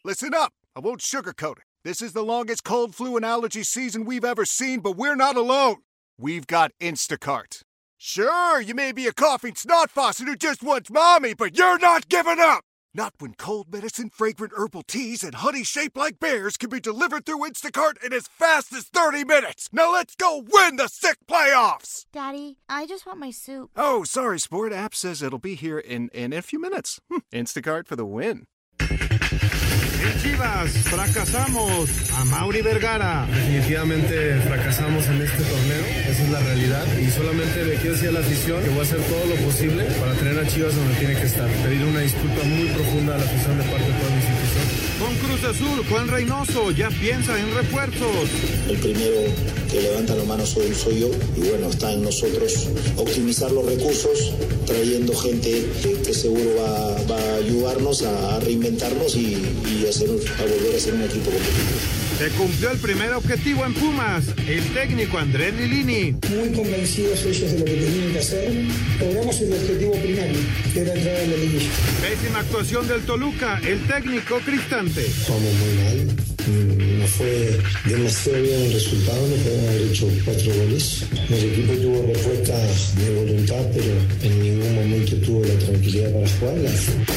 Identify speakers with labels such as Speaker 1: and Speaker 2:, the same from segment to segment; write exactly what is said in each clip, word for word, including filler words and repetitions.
Speaker 1: Listen up. I won't sugarcoat it. This is the longest cold, flu, and allergy season we've ever seen, but we're not alone. We've got Instacart. Sure, you may be a coughing snot faucet who just wants mommy, but you're not giving up! Not when cold medicine, fragrant herbal teas, and honey shaped like bears can be delivered through Instacart in as fast as thirty minutes! Now let's go win the sick playoffs!
Speaker 2: Daddy, I just want my soup.
Speaker 1: Oh, sorry, Sport. App says it'll be here in, in a few minutes. Hm, Instacart for the win.
Speaker 3: En Chivas, fracasamos. A Mauri Vergara.
Speaker 4: Definitivamente fracasamos en este torneo, esa es la realidad. Y solamente le quiero decir a la afición que voy a hacer todo lo posible para tener a Chivas donde tiene que estar. Pedir una disculpa muy profunda a la afición de parte de toda la institución.
Speaker 3: Con Cruz Azul, Juan Reynoso ya piensa en refuerzos.
Speaker 5: El primero que levanta la mano soy, soy yo. Y bueno, está en nosotros optimizar los recursos, trayendo gente que seguro va, va a ayudarnos a reinventarnos y, y hacer, a volver a ser un equipo competitivo.
Speaker 3: Se cumplió el primer objetivo en Pumas, el técnico Andrés Lilini.
Speaker 6: Muy convencidos ellos de lo que tenían que hacer. Logramos el objetivo primario, que era entrar en la liguilla.
Speaker 3: Pésima actuación del Toluca, el técnico Cristante.
Speaker 7: Vamos muy mal. No fue demasiado bien el resultado, no podemos haber hecho cuatro goles. El equipo tuvo respuesta de voluntad, pero en ningún momento tuvo la tranquilidad para jugarla.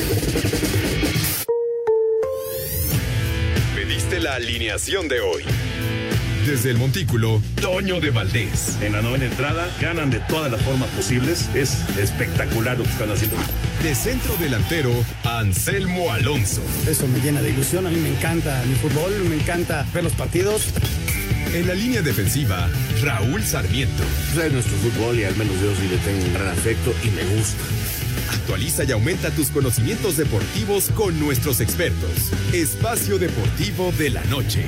Speaker 8: Pediste la alineación de hoy. Desde el Montículo, Toño de Valdés.
Speaker 9: En la novena entrada, ganan de todas las formas posibles. Es espectacular lo que están haciendo.
Speaker 8: De centro delantero, Anselmo Alonso.
Speaker 10: Eso me llena de ilusión. A mí me encanta mi fútbol, me encanta ver los partidos.
Speaker 8: En la línea defensiva, Raúl Sarmiento.
Speaker 11: Es nuestro fútbol y al menos yo sí le tengo un gran afecto y me gusta.
Speaker 8: Actualiza y aumenta tus conocimientos deportivos con nuestros expertos. Espacio Deportivo de la Noche.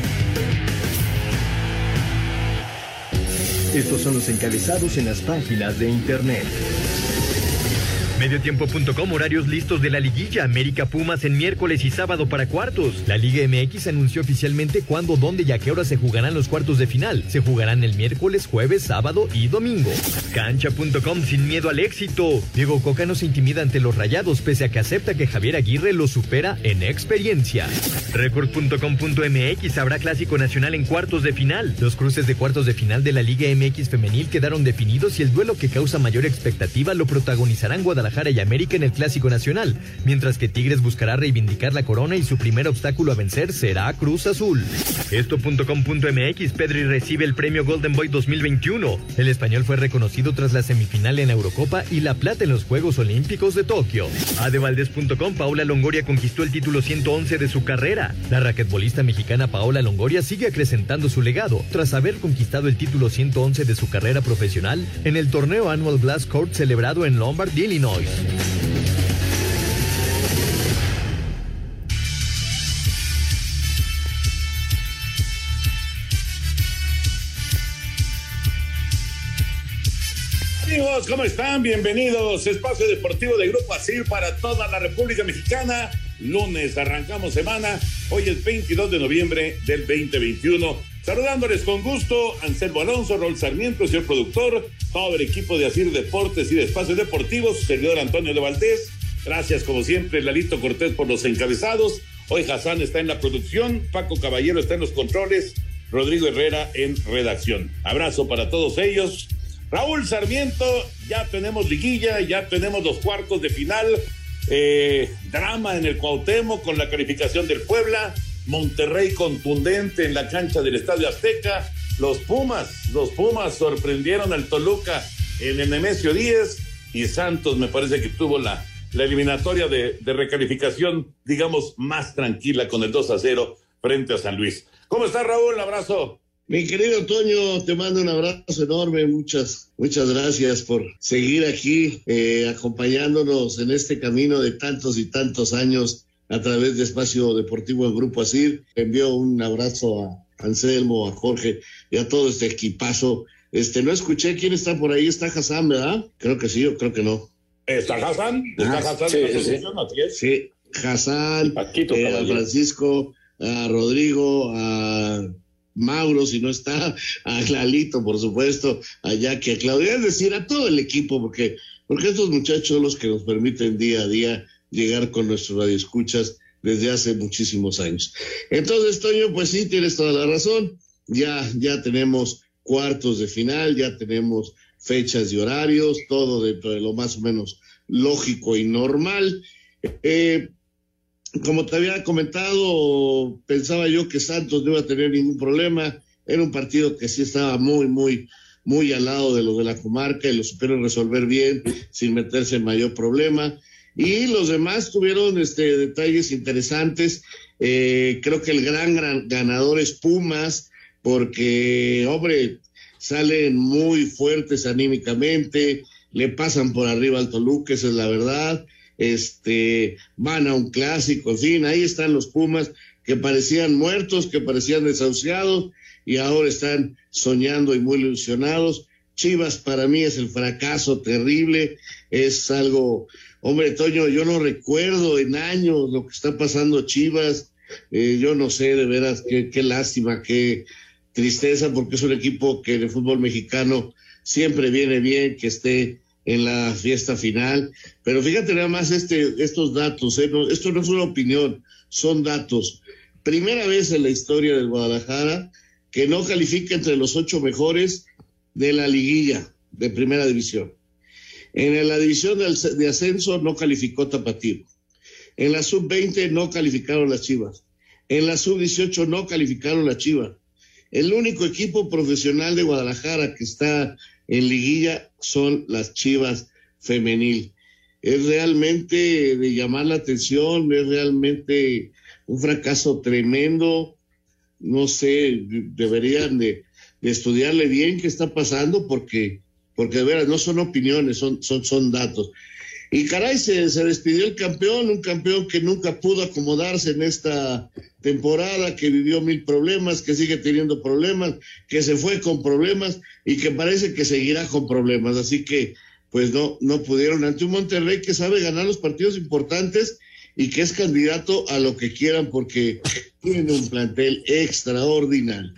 Speaker 12: Estos son los encabezados en las páginas de internet.
Speaker 13: Mediotiempo punto com, horarios listos de la liguilla. América Pumas en miércoles y sábado para cuartos. La Liga M X anunció oficialmente cuándo, dónde y a qué hora se jugarán los cuartos de final. Se jugarán el miércoles, jueves, sábado y domingo. Cancha punto com, sin miedo al éxito. Diego Coca no se intimida ante los Rayados, pese a que acepta que Javier Aguirre lo supera en experiencia. Record punto com punto m x, habrá clásico nacional en cuartos de final. Los cruces de cuartos de final de la Liga M X femenil quedaron definidos y el duelo que causa mayor expectativa lo protagonizarán Guadalajara y América en el Clásico Nacional, mientras que Tigres buscará reivindicar la corona y su primer obstáculo a vencer será Cruz Azul. Esto punto com punto m x, Pedri recibe el premio Golden Boy dos mil veintiuno. El español fue reconocido tras la semifinal en la Eurocopa y la plata en los Juegos Olímpicos de Tokio. Adevaldez punto com, Paola Longoria conquistó el título ciento once de su carrera. La raquetbolista mexicana Paola Longoria sigue acrecentando su legado, tras haber conquistado el título ciento once de su carrera profesional en el torneo Annual Blast Court celebrado en Lombard, Illinois.
Speaker 14: Amigos, ¿cómo están? Bienvenidos. Espacio Deportivo de Grupo ASIR para toda la República Mexicana. Lunes, arrancamos semana. Hoy es veintidós de noviembre del veinte veintiuno. Saludándoles con gusto, Anselmo Alonso, Raúl Sarmiento, señor productor, todo el equipo de ASIR Deportes y de Espacios Deportivos, su servidor Antonio de Valdés. Gracias, como siempre, Lalito Cortés por los encabezados. Hoy Hassan está en la producción, Paco Caballero está en los controles, Rodrigo Herrera en redacción. Abrazo para todos ellos. Raúl Sarmiento, ya tenemos liguilla, ya tenemos los cuartos de final. Eh, drama en el Cuauhtémoc con la calificación del Puebla. Monterrey contundente en la cancha del Estadio Azteca. Los Pumas, los Pumas sorprendieron al Toluca en el Nemesio diez y Santos me parece que tuvo la, la eliminatoria de, de recalificación, digamos, más tranquila con el dos a cero frente a San Luis. ¿Cómo está, Raúl? Abrazo.
Speaker 15: Mi querido Toño, te mando un abrazo enorme, muchas, muchas gracias por seguir aquí eh, acompañándonos en este camino de tantos y tantos años a través de Espacio Deportivo del Grupo ASIR. Envío un abrazo a Anselmo, a Jorge y a todo este equipazo. Este, no escuché quién está por ahí, está Hassan, ¿verdad? Creo que sí o creo que no.
Speaker 14: ¿Está Hassan? ¿Está
Speaker 15: Ah,
Speaker 14: Hassan?
Speaker 15: sí,
Speaker 14: ¿En la
Speaker 15: sí,
Speaker 14: solución? Así es.
Speaker 15: Sí, Hassan,
Speaker 14: Paquito,
Speaker 15: eh, a
Speaker 14: caballero.
Speaker 15: Francisco, a Rodrigo, a Mauro, si no está, a Lalito, por supuesto, a Jackie, a Claudia, es decir, a todo el equipo, porque, porque estos muchachos son los que nos permiten día a día llegar con nuestros radioescuchas desde hace muchísimos años. Entonces, Toño, pues sí, tienes toda la razón. Ya, ya tenemos cuartos de final, ya tenemos fechas y horarios, todo dentro de lo más o menos lógico y normal. Eh, como te había comentado, pensaba yo que Santos no iba a tener ningún problema. Era un partido que sí estaba muy, muy, muy al lado de los de la comarca y lo supieron resolver bien, sin meterse en mayor problema. Y los demás tuvieron este, detalles interesantes. Eh, creo que el gran, gran ganador es Pumas, porque, hombre, salen muy fuertes anímicamente, le pasan por arriba al Toluca, esa es la verdad. Este, van a un clásico, en fin, ahí están los Pumas que parecían muertos, que parecían desahuciados y ahora están soñando y muy ilusionados. Chivas para mí es el fracaso terrible, es algo, hombre, Toño, yo no recuerdo en años lo que está pasando Chivas, eh, yo no sé, de veras, qué, qué lástima, qué tristeza, porque es un equipo que en el fútbol mexicano siempre viene bien que esté en la fiesta final, pero fíjate nada más este, estos datos, ¿eh? No, esto no es una opinión, son datos. Primera vez en la historia del Guadalajara que no califica entre los ocho mejores de la liguilla de primera división. En la división de, de ascenso no calificó Tapatío. En la sub veinte no calificaron las Chivas. En la sub dieciocho no calificaron las Chivas. El único equipo profesional de Guadalajara que está en liguilla son las Chivas femenil. Es realmente de llamar la atención, es realmente un fracaso tremendo. No sé, deberían de, de estudiarle bien qué está pasando, porque, porque de veras no son opiniones, son, son, son datos. Y caray, se, se despidió el campeón, un campeón que nunca pudo acomodarse en esta temporada, que vivió mil problemas, que sigue teniendo problemas, que se fue con problemas y que parece que seguirá con problemas. Así que, pues no, no pudieron ante un Monterrey que sabe ganar los partidos importantes y que es candidato a lo que quieran porque tiene un plantel extraordinario.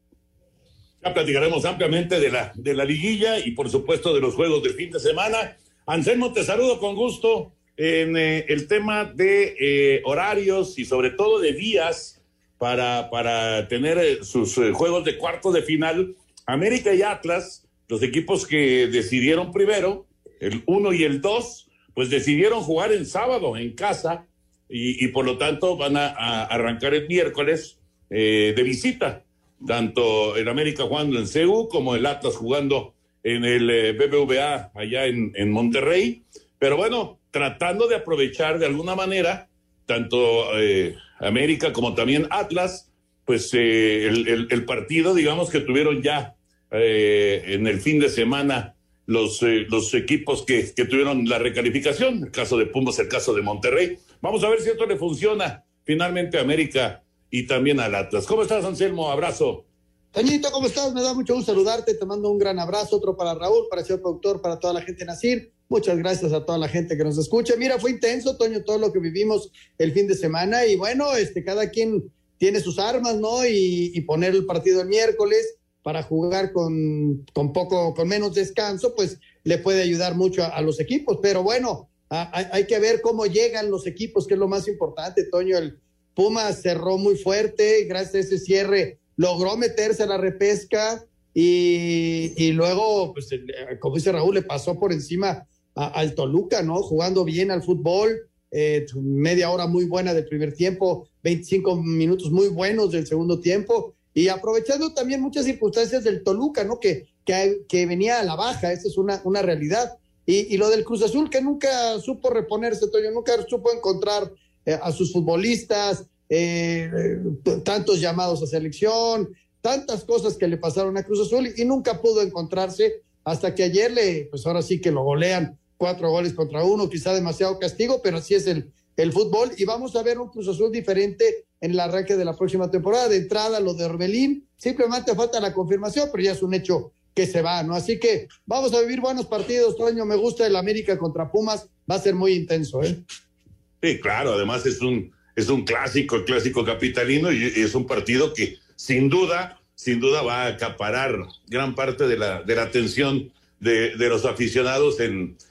Speaker 14: Ya platicaremos ampliamente de la, de la liguilla y por supuesto de los juegos del fin de semana. Anselmo, te saludo con gusto en eh, el tema de eh, horarios y sobre todo de días para, para tener eh, sus eh, juegos de cuartos de final. América y Atlas, los equipos que decidieron primero, el uno y el dos, pues decidieron jugar en sábado en casa y, y por lo tanto van a, a arrancar el miércoles eh, de visita, tanto el América jugando en C U como el Atlas jugando en el eh, B B V A allá en, en Monterrey, pero bueno, tratando de aprovechar de alguna manera, tanto eh, América como también Atlas, pues eh, el, el, el partido, digamos, que tuvieron ya eh, en el fin de semana los, eh, los equipos que, que tuvieron la recalificación, el caso de Pumas, el caso de Monterrey. Vamos a ver si esto le funciona finalmente a América y también al Atlas. ¿Cómo estás, Anselmo? Abrazo.
Speaker 16: Toñito, ¿cómo estás? Me da mucho gusto saludarte, te mando un gran abrazo, otro para Raúl, para el señor productor, para toda la gente de Nacir. Muchas gracias a toda la gente que nos escucha. Mira, fue intenso, Toño, todo lo que vivimos el fin de semana y bueno, este, cada quien tiene sus armas, ¿no? Y, y poner el partido el miércoles para jugar con, con poco, con menos descanso, pues le puede ayudar mucho a, a los equipos. Pero bueno, a, a, hay que ver cómo llegan los equipos, que es lo más importante, Toño. El Pumas cerró muy fuerte, gracias a ese cierre logró meterse a la repesca y, y luego, pues, como dice Raúl, le pasó por encima a, al Toluca, ¿no? Jugando bien al fútbol, eh, media hora muy buena del primer tiempo, veinticinco minutos muy buenos del segundo tiempo y aprovechando también muchas circunstancias del Toluca, ¿no? Que, que, que venía a la baja, esa es una, una realidad. Y, y lo del Cruz Azul, que nunca supo reponerse, Toño, nunca supo encontrar eh, a sus futbolistas, Eh, eh, tantos llamados a selección, tantas cosas que le pasaron a Cruz Azul y, y nunca pudo encontrarse hasta que ayer le, pues ahora sí que lo golean cuatro goles contra uno, quizá demasiado castigo, pero así es el, el fútbol y vamos a ver un Cruz Azul diferente en el arranque de la próxima temporada. De entrada lo de Orbelín, simplemente falta la confirmación, pero ya es un hecho que se va, ¿no? Así que vamos a vivir buenos partidos, Toño, me gusta el América contra Pumas, va a ser muy intenso, ¿eh?
Speaker 14: Sí, claro, además es un Es un clásico, el clásico capitalino, y es un partido que sin duda, sin duda va a acaparar gran parte de la, de la atención de, de los aficionados en,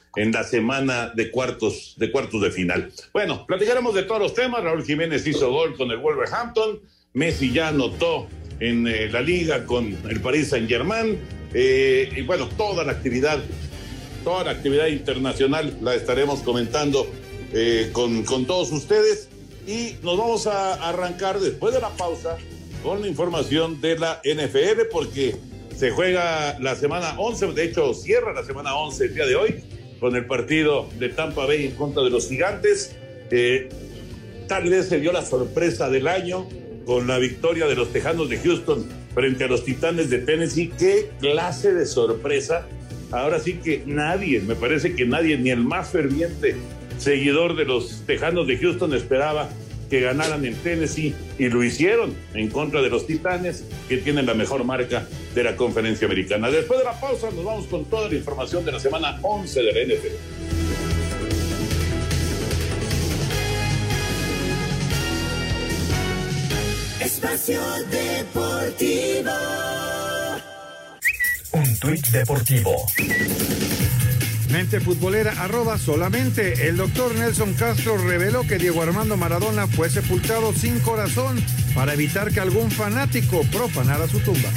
Speaker 14: en la semana de cuartos, de cuartos de final. Bueno, platicaremos de todos los temas. Raúl Jiménez hizo gol con el Wolverhampton, Messi ya anotó en eh, la liga con el Paris Saint-Germain, eh, y bueno, toda la actividad, toda la actividad internacional la estaremos comentando eh, con, con todos ustedes, y nos vamos a arrancar después de la pausa con la información de la N F L, porque se juega la semana once, de hecho cierra la semana once el día de hoy, con el partido de Tampa Bay en contra de los Gigantes. Eh, tal vez se dio la sorpresa del año con la victoria de los Tejanos de Houston frente a los Titanes de Tennessee. Qué clase de sorpresa. Ahora sí que nadie, me parece que nadie, ni el más ferviente seguidor de los Tejanos de Houston esperaba que ganaran en Tennessee, y lo hicieron en contra de los Titanes, que tienen la mejor marca de la Conferencia Americana. Después de la pausa nos vamos con toda la información de la semana once de la N F L.
Speaker 17: Espacio Deportivo.
Speaker 12: Un tuit deportivo.
Speaker 3: Mente futbolera, arroba solamente. El doctor Nelson Castro reveló que Diego Armando Maradona fue sepultado sin corazón para evitar que algún fanático profanara su tumba.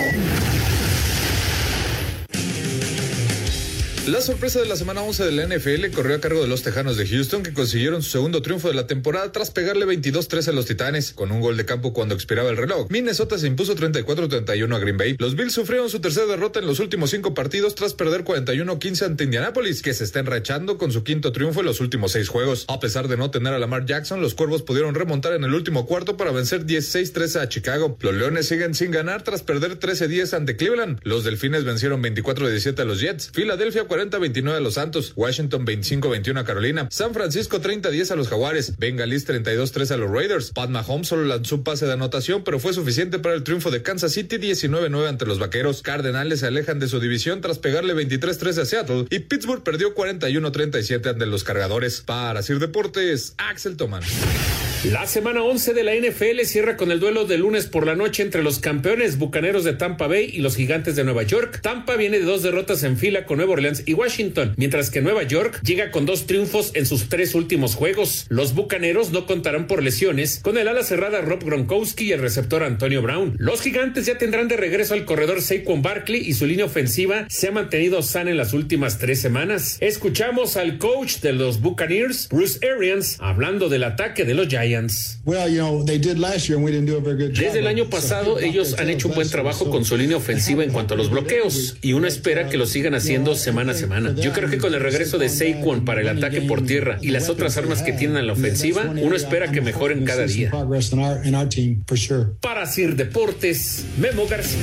Speaker 18: La sorpresa de la semana once de la N F L corrió a cargo de los Tejanos de Houston, que consiguieron su segundo triunfo de la temporada tras pegarle veintidós tres a los Titanes, con un gol de campo cuando expiraba el reloj. Minnesota se impuso treinta y cuatro a treinta y uno a Green Bay. Los Bills sufrieron su tercera derrota en los últimos cinco partidos tras perder cuarenta y uno a quince ante Indianapolis, que se está enrachando con su quinto triunfo en los últimos seis juegos. A pesar de no tener a Lamar Jackson, los Cuervos pudieron remontar en el último cuarto para vencer dieciséis trece a Chicago. Los Leones siguen sin ganar tras perder trece diez ante Cleveland. Los Delfines vencieron veinticuatro a diecisiete a los Jets. Filadelfia cuarenta a veintinueve a los Santos. Washington veinticinco a veintiuno a Carolina. San Francisco treinta a diez a los Jaguares. Bengalis treinta y dos tres a los Raiders. Pat Mahomes solo lanzó un pase de anotación, pero fue suficiente para el triunfo de Kansas City diecinueve nueve ante los Vaqueros. Cardenales se alejan de su división tras pegarle veintitrés tres a Seattle, y Pittsburgh perdió cuarenta y uno treinta y siete ante los Cargadores. Para Sir Deportes, Axel Tomán.
Speaker 19: La semana once de la N F L cierra con el duelo de lunes por la noche entre los campeones Bucaneros de Tampa Bay y los Gigantes de Nueva York. Tampa viene de dos derrotas en fila con Nueva Orleans y Washington, mientras que Nueva York llega con dos triunfos en sus tres últimos juegos. Los Bucaneros no contarán por lesiones con el ala cerrada Rob Gronkowski y el receptor Antonio Brown. Los Gigantes ya tendrán de regreso al corredor Saquon Barkley, y su línea ofensiva se ha mantenido sana en las últimas tres semanas. Escuchamos al coach de los Buccaneers, Bruce Arians, hablando del ataque de los Giants. Desde el año pasado ellos han hecho un buen trabajo con su línea ofensiva en cuanto a los bloqueos, y uno espera que lo sigan haciendo semana a semana. Yo creo que con el regreso de Saquon para el ataque por tierra y las otras armas que tienen en la ofensiva, uno espera que mejoren cada día. Para Sir Deportes, Memo García.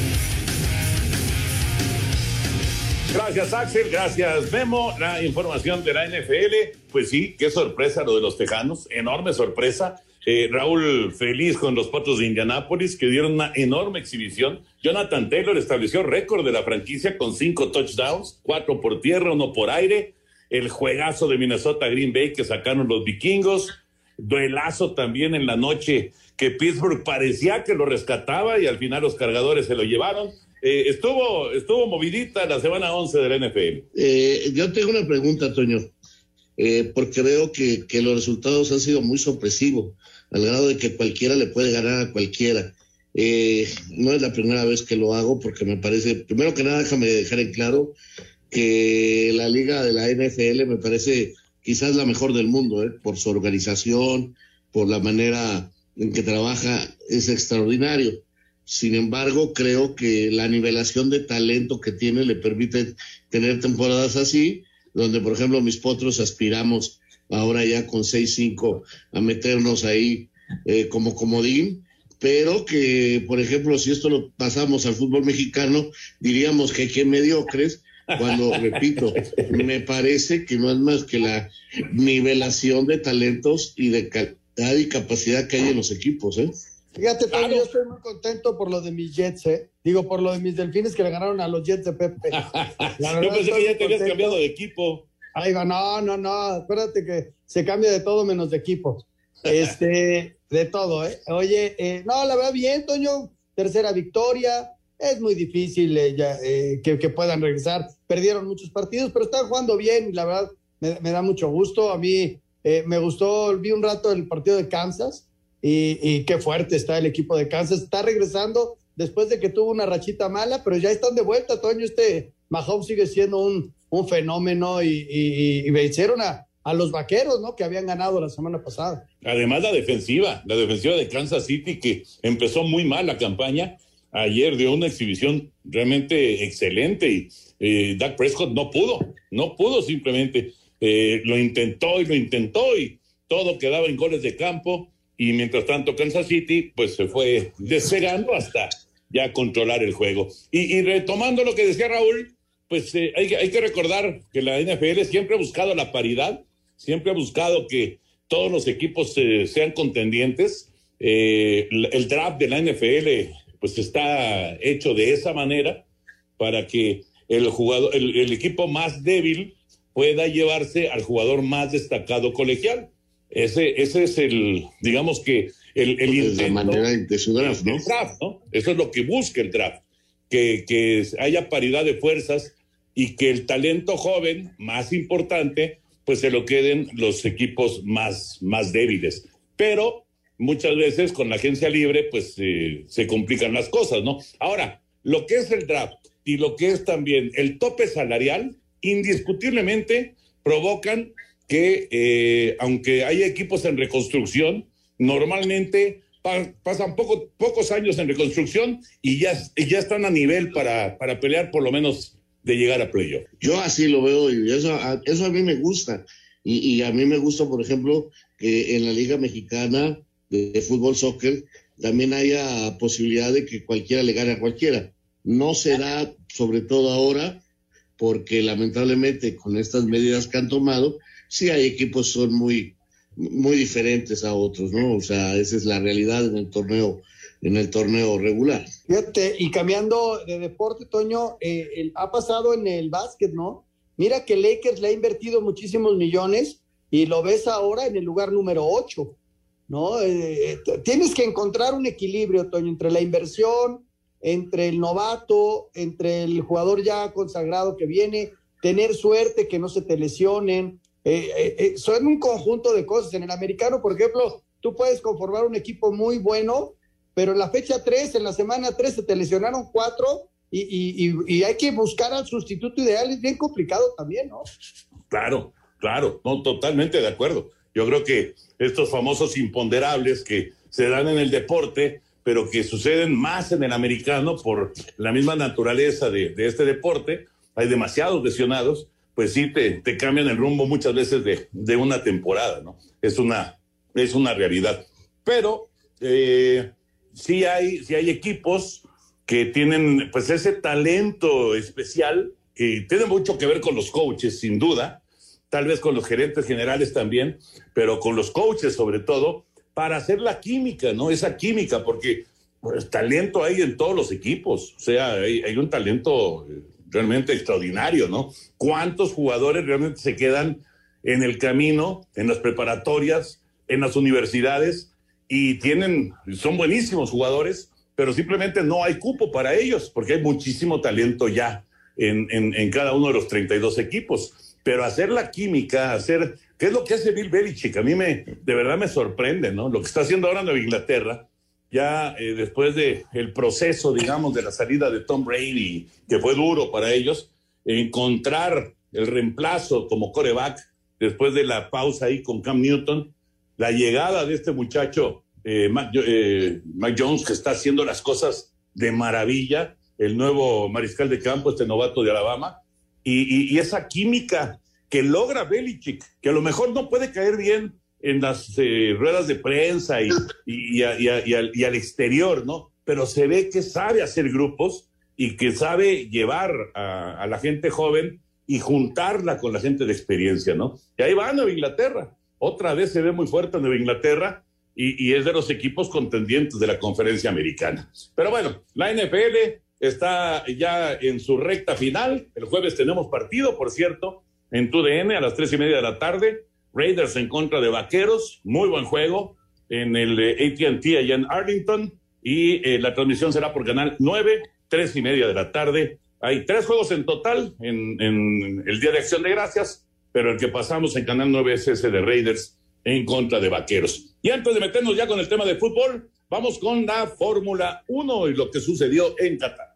Speaker 14: Gracias, Axel. Gracias, Memo. La información de la N F L, pues sí, qué sorpresa lo de los Tejanos, enorme sorpresa. Eh, Raúl feliz con los Potros de Indianápolis, que dieron una enorme exhibición. Jonathan Taylor estableció récord de la franquicia con cinco touchdowns, cuatro por tierra, uno por aire. El juegazo de Minnesota Green Bay que sacaron los vikingos. Duelazo también en la noche que Pittsburgh parecía que lo rescataba y al final los Cargadores se lo llevaron. Eh, estuvo, estuvo movidita la semana once de la N F L.
Speaker 15: Eh, yo tengo una pregunta, Toño, eh, porque veo que, que los resultados han sido muy sorpresivos, al grado de que cualquiera le puede ganar a cualquiera. Eh, no es la primera vez que lo hago, porque me parece, primero que nada, déjame dejar en claro que la liga de la N F L me parece quizás la mejor del mundo, eh, por su organización, por la manera en que trabaja, es extraordinario. Sin embargo, creo que la nivelación de talento que tiene le permite tener temporadas así, donde, por ejemplo, mis Potros aspiramos ahora ya con seis cinco a meternos ahí eh, como comodín, pero que, por ejemplo, si esto lo pasamos al fútbol mexicano, diríamos que qué mediocres, cuando, repito, me parece que no es más que la nivelación de talentos y de calidad y capacidad que hay en los equipos, ¿eh?
Speaker 16: Fíjate, Pedro, yo estoy muy contento por lo de mis Jets, ¿eh? Digo, por lo de mis Delfines que le ganaron a los Jets de Pepe.
Speaker 14: La verdad, yo pensé que ya te habías cambiado de equipo.
Speaker 16: Ahí va, no, no, no, acuérdate que se cambia de todo menos de equipo. Este, de todo, ¿eh? Oye, eh, no, la verdad, bien, Toño, tercera victoria. Es muy difícil eh, ya, eh, que, que puedan regresar, pero perdieron muchos partidos, pero están jugando bien y la verdad me, me da mucho gusto. A mí eh, me gustó, vi un rato el partido de Kansas y, y qué fuerte está el equipo de Kansas. Está regresando después de que tuvo una rachita mala, pero ya están de vuelta, Toño. Este Mahomes sigue siendo un, un fenómeno y, y, y vencieron a, a los Vaqueros, ¿no? Que habían ganado la semana pasada.
Speaker 14: Además, la defensiva, la defensiva de Kansas City, que empezó muy mal la campaña, ayer dio una exhibición realmente excelente y eh, Dak Prescott no pudo, no pudo simplemente. Eh, lo intentó y lo intentó y todo quedaba en goles de campo y mientras tanto Kansas City pues se fue despegando hasta ya controlar el juego. Y, y retomando lo que decía Raúl, pues eh, hay, hay que recordar que la N F L siempre ha buscado la paridad, siempre ha buscado que todos los equipos eh, sean contendientes. Eh, el draft de la N F L pues está hecho de esa manera para que el jugador, el, el equipo más débil pueda llevarse al jugador más destacado colegial. Ese, ese es el, digamos que el, el intento
Speaker 15: de manera de su draft, ¿no?
Speaker 14: draft, ¿no? Eso es lo que busca el draft, que, que haya paridad de fuerzas y que el talento joven más importante, pues se lo queden los equipos más, más débiles. Pero muchas veces con la agencia libre, pues eh, se complican las cosas, ¿no? Ahora, lo que es el draft y lo que es también el tope salarial, indiscutiblemente provocan que, eh, aunque hay equipos en reconstrucción, normalmente pa- pasan poco, pocos años en reconstrucción y ya, y ya están a nivel para, para pelear por lo menos de llegar a playoff.
Speaker 15: Yo así lo veo y eso a, eso a mí me gusta. Y, y a mí me gusta, por ejemplo, que en la Liga Mexicana de, de Fútbol Soccer también haya posibilidad de que cualquiera le gane a cualquiera. No se da, sobre todo ahora, porque lamentablemente con estas medidas que han tomado, sí hay equipos que son muy, muy diferentes a otros, ¿no? O sea, esa es la realidad en el torneo, en el torneo regular.
Speaker 16: Fíjate, y cambiando de deporte, Toño, eh, el, ha pasado en el básquet, ¿no? Mira que Lakers le ha invertido muchísimos millones y lo ves ahora en el lugar número ocho, ¿no? Eh, tienes que encontrar un equilibrio, Toño, entre la inversión, entre el novato, entre el jugador ya consagrado que viene, tener suerte que no se te lesionen. Eh, eh, eh, son un conjunto de cosas. En el americano, por ejemplo, tú puedes conformar un equipo muy bueno, pero en la fecha tres, en la semana tres, se te lesionaron cuatro y, y, y, y hay que buscar al sustituto ideal. Es bien complicado también, ¿no?
Speaker 14: Claro, claro, no, totalmente de acuerdo. Yo creo que estos famosos imponderables que se dan en el deporte, pero que suceden más en el americano por la misma naturaleza de, de este deporte, hay demasiados lesionados, pues sí te, te cambian el rumbo muchas veces de, de una temporada, ¿no? Es una, es una realidad. Pero eh, sí hay, sí hay equipos que tienen pues ese talento especial, que tiene mucho que ver con los coaches, sin duda, tal vez con los gerentes generales también, pero con los coaches sobre todo, para hacer la química, ¿no? Esa química, porque pues, talento hay en todos los equipos, o sea, hay, hay un talento realmente extraordinario, ¿no? ¿Cuántos jugadores realmente se quedan en el camino, en las preparatorias, en las universidades, y tienen, son buenísimos jugadores, pero simplemente no hay cupo para ellos, porque hay muchísimo talento ya en, en, en cada uno de los treinta y dos equipos? Pero hacer la química, hacer... ¿Qué es lo que hace Bill Belichick? A mí me, de verdad me sorprende, ¿no? Lo que está haciendo ahora en Nueva Inglaterra, ya eh, después de el proceso, digamos, de la salida de Tom Brady, que fue duro para ellos, encontrar el reemplazo como quarterback, después de la pausa ahí con Cam Newton, la llegada de este muchacho, eh, Mac, eh, Mac Jones, que está haciendo las cosas de maravilla, el nuevo mariscal de campo, este novato de Alabama, y, y, y esa química que logra Belichick, que a lo mejor no puede caer bien en las eh, ruedas de prensa y, y, y, a, y, a, y, al, y al exterior, ¿no? Pero se ve que sabe hacer grupos y que sabe llevar a, a la gente joven y juntarla con la gente de experiencia, ¿no? Y ahí va Nueva Inglaterra. Otra vez se ve muy fuerte Nueva Inglaterra y, y es de los equipos contendientes de la conferencia americana. Pero bueno, la N F L está ya en su recta final. El jueves tenemos partido, por cierto, en T U D N a las tres y media de la tarde, Raiders en contra de Vaqueros, muy buen juego en el eh, A T and T allá en Arlington, y eh, la transmisión será por Canal nueve, tres y media de la tarde, Hay tres juegos en total en, en el Día de Acción de Gracias, pero el que pasamos en Canal nueve es ese de Raiders en contra de Vaqueros. Y antes de meternos ya con el tema de fútbol, vamos con la Fórmula uno y lo que sucedió en Qatar.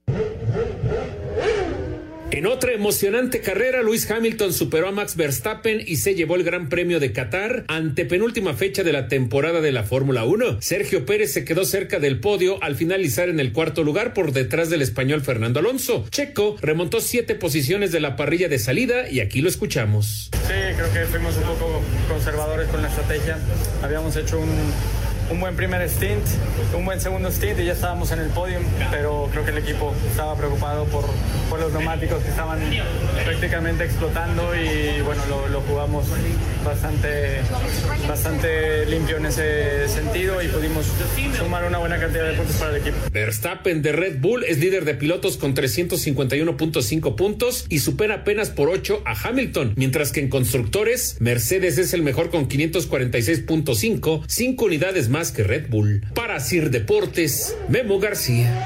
Speaker 19: En otra emocionante carrera, Lewis Hamilton superó a Max Verstappen y se llevó el Gran Premio de Qatar, antepenúltima fecha de la temporada de la Fórmula uno. Sergio Pérez se quedó cerca del podio al finalizar en el cuarto lugar por detrás del español Fernando Alonso. Checo remontó siete posiciones de la parrilla de salida y aquí lo escuchamos.
Speaker 20: Sí, creo que fuimos un poco conservadores con la estrategia. Habíamos hecho un... un buen primer stint, un buen segundo stint y ya estábamos en el podio, pero creo que el equipo estaba preocupado por, por los neumáticos que estaban prácticamente explotando y bueno, lo, lo jugamos bastante, bastante limpio en ese sentido y pudimos sumar una buena cantidad de puntos para el equipo.
Speaker 19: Verstappen de Red Bull es líder de pilotos con trescientos cincuenta y uno punto cinco puntos y supera apenas por ocho a Hamilton, mientras que en constructores, Mercedes es el mejor con quinientos cuarenta y seis punto cinco, cinco unidades más que Red Bull. Para Sir Deportes, Memo García.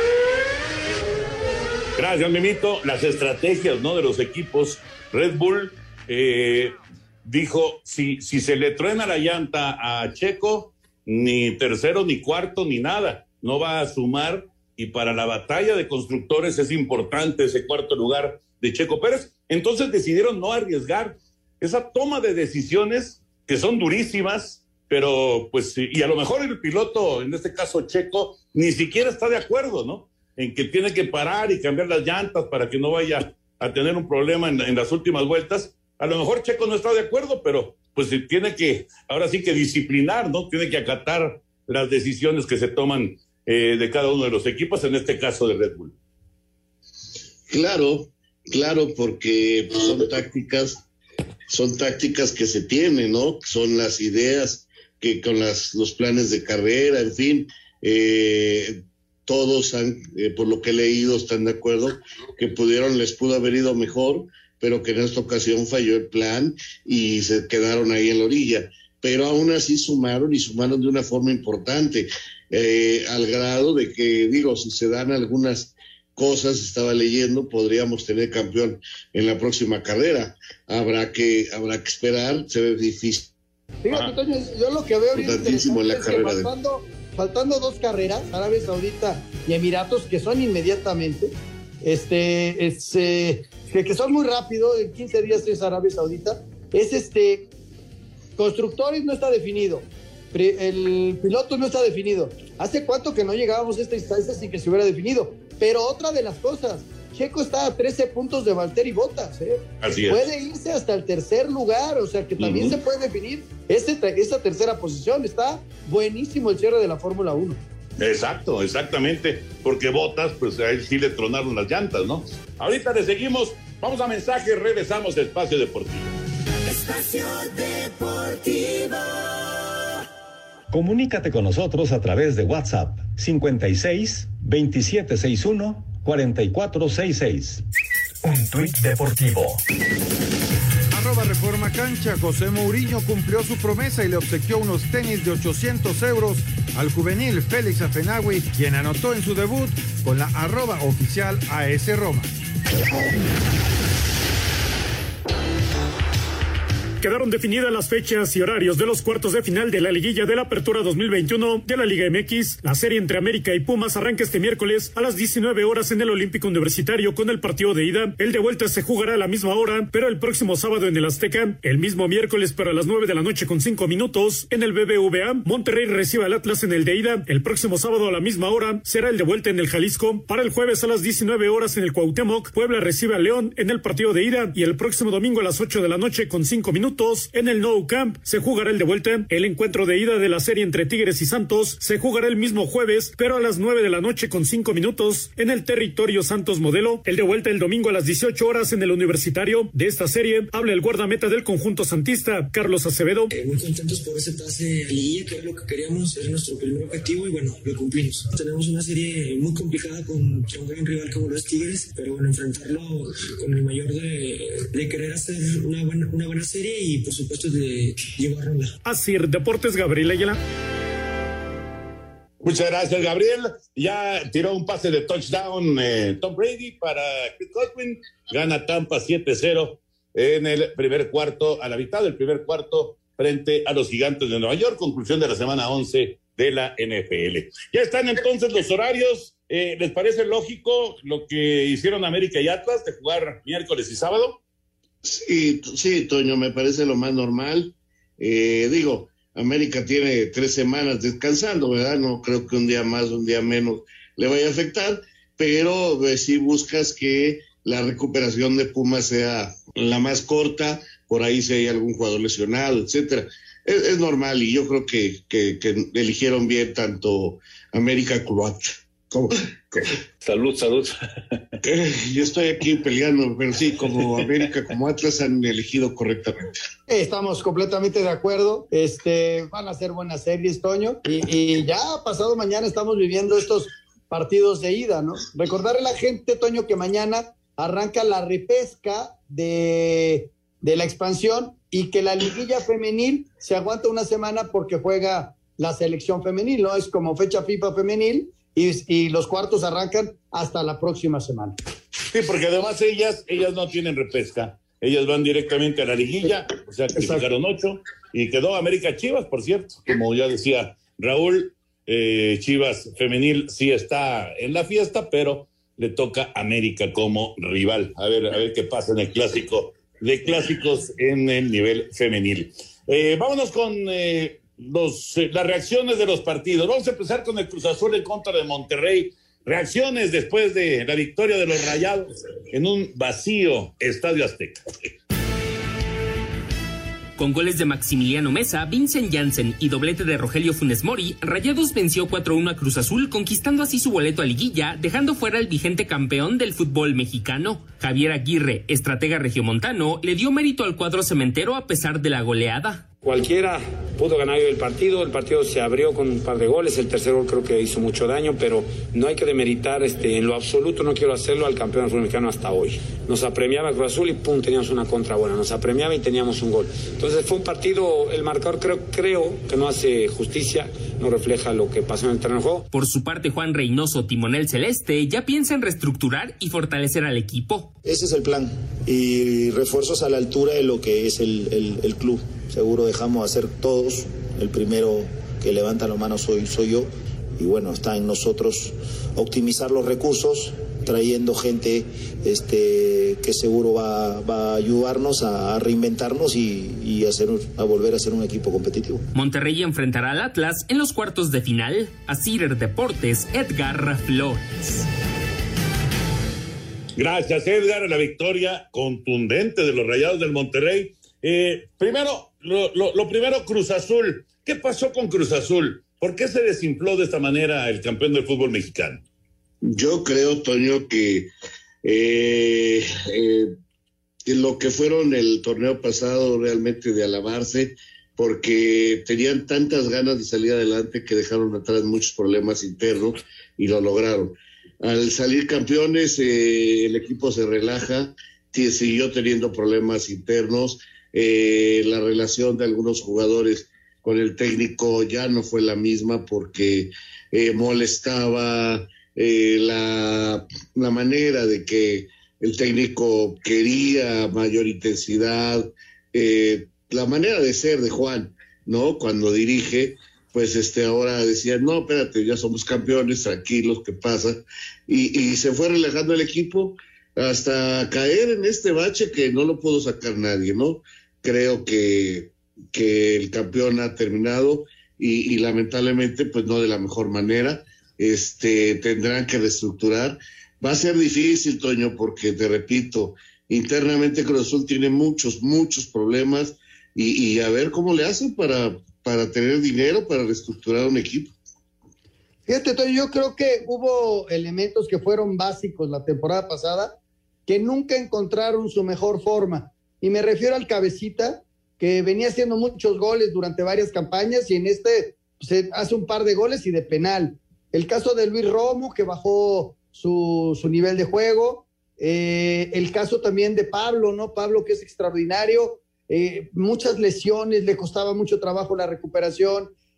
Speaker 14: Gracias, Memito. Las estrategias, ¿no?, de los equipos. Red Bull eh, dijo, si, si se le truena la llanta a Checo, ni tercero, ni cuarto, ni nada. No va a sumar, y para la batalla de constructores es importante ese cuarto lugar de Checo Pérez. Entonces decidieron no arriesgar. Esa toma de decisiones que son durísimas, pero pues, y a lo mejor el piloto, en este caso Checo, ni siquiera está de acuerdo, ¿no?, en que tiene que parar y cambiar las llantas para que no vaya a tener un problema en, en las últimas vueltas. A lo mejor Checo no está de acuerdo, pero pues tiene que, ahora sí que disciplinar, ¿no? Tiene que acatar las decisiones que se toman eh, de cada uno de los equipos, en este caso de Red Bull.
Speaker 15: Claro, claro, porque pues, son tácticas, son tácticas que se tienen, ¿no? Son las ideas que con las, los planes de carrera, en fin, eh, todos han, eh, por lo que he leído, están de acuerdo que pudieron, les pudo haber ido mejor, pero que en esta ocasión falló el plan y se quedaron ahí en la orilla. Pero aún así sumaron y sumaron de una forma importante, eh, al grado de que, digo, si se dan algunas cosas, estaba leyendo, podríamos tener campeón en la próxima carrera. Habrá que, habrá que esperar, se ve difícil.
Speaker 16: Fíjate, Toño, yo lo que veo bien
Speaker 15: interesante
Speaker 16: en la
Speaker 15: es que
Speaker 16: carrera faltando, de... faltando dos carreras, Arabia Saudita y Emiratos, que son inmediatamente, este, es, eh, que, que son muy rápido, en quince días es Arabia Saudita, es este, constructores no está definido, el piloto no está definido. ¿Hace cuánto que no llegábamos a esta instancia sin que se hubiera definido? Pero otra de las cosas, Checo está a trece puntos de Valtteri Bottas, ¿eh?
Speaker 14: Así es.
Speaker 16: Puede irse hasta el tercer lugar, o sea que también uh-huh. se puede definir ese, esa tercera posición. Está buenísimo el cierre de la Fórmula uno.
Speaker 14: Exacto, exactamente, porque Bottas, pues a él sí le tronaron las llantas, ¿no? Ahorita le seguimos, vamos a mensajes, regresamos a Espacio Deportivo.
Speaker 17: Espacio Deportivo.
Speaker 12: Comunícate con nosotros a través de WhatsApp cincuenta y seis, veintisiete sesenta y uno, cuarenta y cuatro sesenta y seis. Un tuit deportivo.
Speaker 3: Arroba Reforma Cancha. José Mourinho cumplió su promesa y le obsequió unos tenis de ochocientos euros al juvenil Félix Afenawi, quien anotó en su debut con la arroba oficial A S Roma.
Speaker 21: Quedaron definidas las fechas y horarios de los cuartos de final de la liguilla de la Apertura dos mil veintiuno de la Liga M X. La serie entre América y Pumas arranca este miércoles a las diecinueve horas en el Olímpico Universitario con el partido de ida. El de vuelta se jugará a la misma hora, pero el próximo sábado en el Azteca. El mismo miércoles, pero a las nueve de la noche con cinco minutos en el B B V A. Monterrey recibe al Atlas en el de ida. El próximo sábado a la misma hora será el de vuelta en el Jalisco. Para el jueves a las diecinueve horas en el Cuauhtémoc, Puebla recibe a León en el partido de ida. Y el próximo domingo a las ocho de la noche con cinco minutos en el Nou Camp se jugará el de vuelta. El encuentro de ida de la serie entre Tigres y Santos se jugará el mismo jueves, pero a las nueve de la noche con cinco minutos en el Territorio Santos Modelo. El de vuelta el domingo a las dieciocho horas en el Universitario. De esta serie habla el guardameta del conjunto santista, Carlos Acevedo.
Speaker 22: Eh, muy contentos por ese pase a liguilla, que era lo que queríamos, era nuestro primer objetivo y bueno, lo cumplimos. Tenemos una serie muy complicada contra un gran rival como los Tigres, pero bueno, enfrentarlo con el mayor de, de querer hacer una buena, una buena serie y por supuesto de llevarla.
Speaker 21: Así, Deportes, Gabriel Ayala.
Speaker 14: Muchas gracias, Gabriel. Ya tiró un pase de touchdown eh, Tom Brady para Chris Godwin. Gana Tampa siete cero en el primer cuarto, a la mitad del primer cuarto, frente a los Gigantes de Nueva York. Conclusión de la semana once de la N F L. Ya están entonces los horarios. Eh, ¿Les parece lógico lo que hicieron América y Atlas de jugar miércoles y sábado?
Speaker 15: Sí, sí, Toño, me parece lo más normal. Eh, digo, América tiene tres semanas descansando, ¿verdad? No creo que un día más, un día menos le vaya a afectar, pero eh, sí buscas que la recuperación de Pumas sea la más corta, por ahí si hay algún jugador lesionado, etcétera. Es, es normal y yo creo que, que, que eligieron bien tanto América como Atlas. ¿Cómo? ¿Cómo?
Speaker 14: Salud, salud.
Speaker 15: Yo estoy aquí peleando, pero sí, como América, como Atlas han elegido correctamente.
Speaker 16: Estamos completamente de acuerdo. Este, van a ser buenas series, Toño. Y, y ya pasado mañana estamos viviendo estos partidos de ida, ¿no? Recordarle a la gente, Toño, que mañana arranca la repesca de, de la expansión y que la liguilla femenil se aguanta una semana porque juega la selección femenil, ¿no? Es como fecha FIFA femenil. Y, y los cuartos arrancan hasta la próxima semana.
Speaker 14: Sí, porque además ellas ellas no tienen repesca, ellas van directamente a la liguilla, o sea, clasificaron ocho, y quedó América Chivas, por cierto, como ya decía Raúl, eh, Chivas femenil sí está en la fiesta, pero le toca América como rival. A ver, a ver qué pasa en el clásico de clásicos en el nivel femenil. Eh, vámonos con... Eh, Los, eh, las reacciones de los partidos. Vamos a empezar con el Cruz Azul en contra de Monterrey. Reacciones después de la victoria de los Rayados en un vacío Estadio Azteca.
Speaker 1: Con goles de Maximiliano Mesa, Vincent Janssen y doblete de Rogelio Funes Mori, Rayados venció cuatro uno a Cruz Azul, conquistando así su boleto a liguilla, dejando fuera al vigente campeón del fútbol mexicano. Javier Aguirre, estratega regiomontano, le dio mérito al cuadro cementero a pesar de la goleada.
Speaker 2: Cualquiera pudo ganar el partido, el partido se abrió con un par de goles, el tercer gol creo que hizo mucho daño, pero no hay que demeritar este, en lo absoluto, no quiero hacerlo, al campeón del fútbol mexicano hasta hoy. Nos apremiaba Cruz Azul y pum, teníamos una contra buena, nos apremiaba y teníamos un gol. Entonces fue un partido, el marcador creo, creo que no hace justicia, no refleja lo que pasó en el terreno de juego.
Speaker 1: Por su parte, Juan Reynoso, timonel celeste, ya piensa en reestructurar y fortalecer al equipo.
Speaker 7: Ese es el plan, y refuerzos a la altura de lo que es el, el, el club. Seguro dejamos hacer todos, el primero que levanta la mano soy, soy yo, y bueno, está en nosotros optimizar los recursos, trayendo gente este, que seguro va, va a ayudarnos a, a reinventarnos y, y hacer, a volver a ser un equipo competitivo.
Speaker 1: Monterrey enfrentará al Atlas en los cuartos de final. A Cider Deportes, Edgar Flores.
Speaker 14: Gracias, Edgar, la victoria contundente de los Rayados del Monterrey. Eh, primero, lo, lo, lo primero, Cruz Azul. ¿Qué pasó con Cruz Azul? ¿Por qué se desinfló de esta manera el campeón del fútbol mexicano?
Speaker 15: Yo creo, Toño, que eh, eh, lo que fueron el torneo pasado realmente de alabarse, porque tenían tantas ganas de salir adelante que dejaron atrás muchos problemas internos y lo lograron. Al salir campeones, eh, el equipo se relaja, siguió teniendo problemas internos. Eh, la relación de algunos jugadores con el técnico ya no fue la misma porque eh, molestaba eh, la, la manera de que el técnico quería mayor intensidad, eh, la manera de ser de Juan, ¿no? Cuando dirige, pues este ahora decía, no, espérate, ya somos campeones, tranquilos, ¿qué pasa? Y, y se fue relajando el equipo hasta caer en este bache que no lo pudo sacar nadie, ¿no? Creo que, que el campeón ha terminado y, y lamentablemente pues no de la mejor manera. Este, tendrán que reestructurar. Va a ser difícil, Toño, porque te repito, internamente Cruz Azul tiene muchos, muchos problemas y, y a ver cómo le hacen para, para tener dinero, para reestructurar un equipo.
Speaker 16: Fíjate, Toño, yo creo que hubo elementos que fueron básicos la temporada pasada que nunca encontraron su mejor forma. Y me refiero al Cabecita, que venía haciendo muchos goles durante varias campañas y en este se hace un par de goles y de penal. El caso de Luis Romo, que bajó su, su nivel de juego. Eh, el caso también de Pablo, ¿no? Pablo, que es extraordinario. Eh, muchas lesiones, le costaba mucho trabajo la recuperación.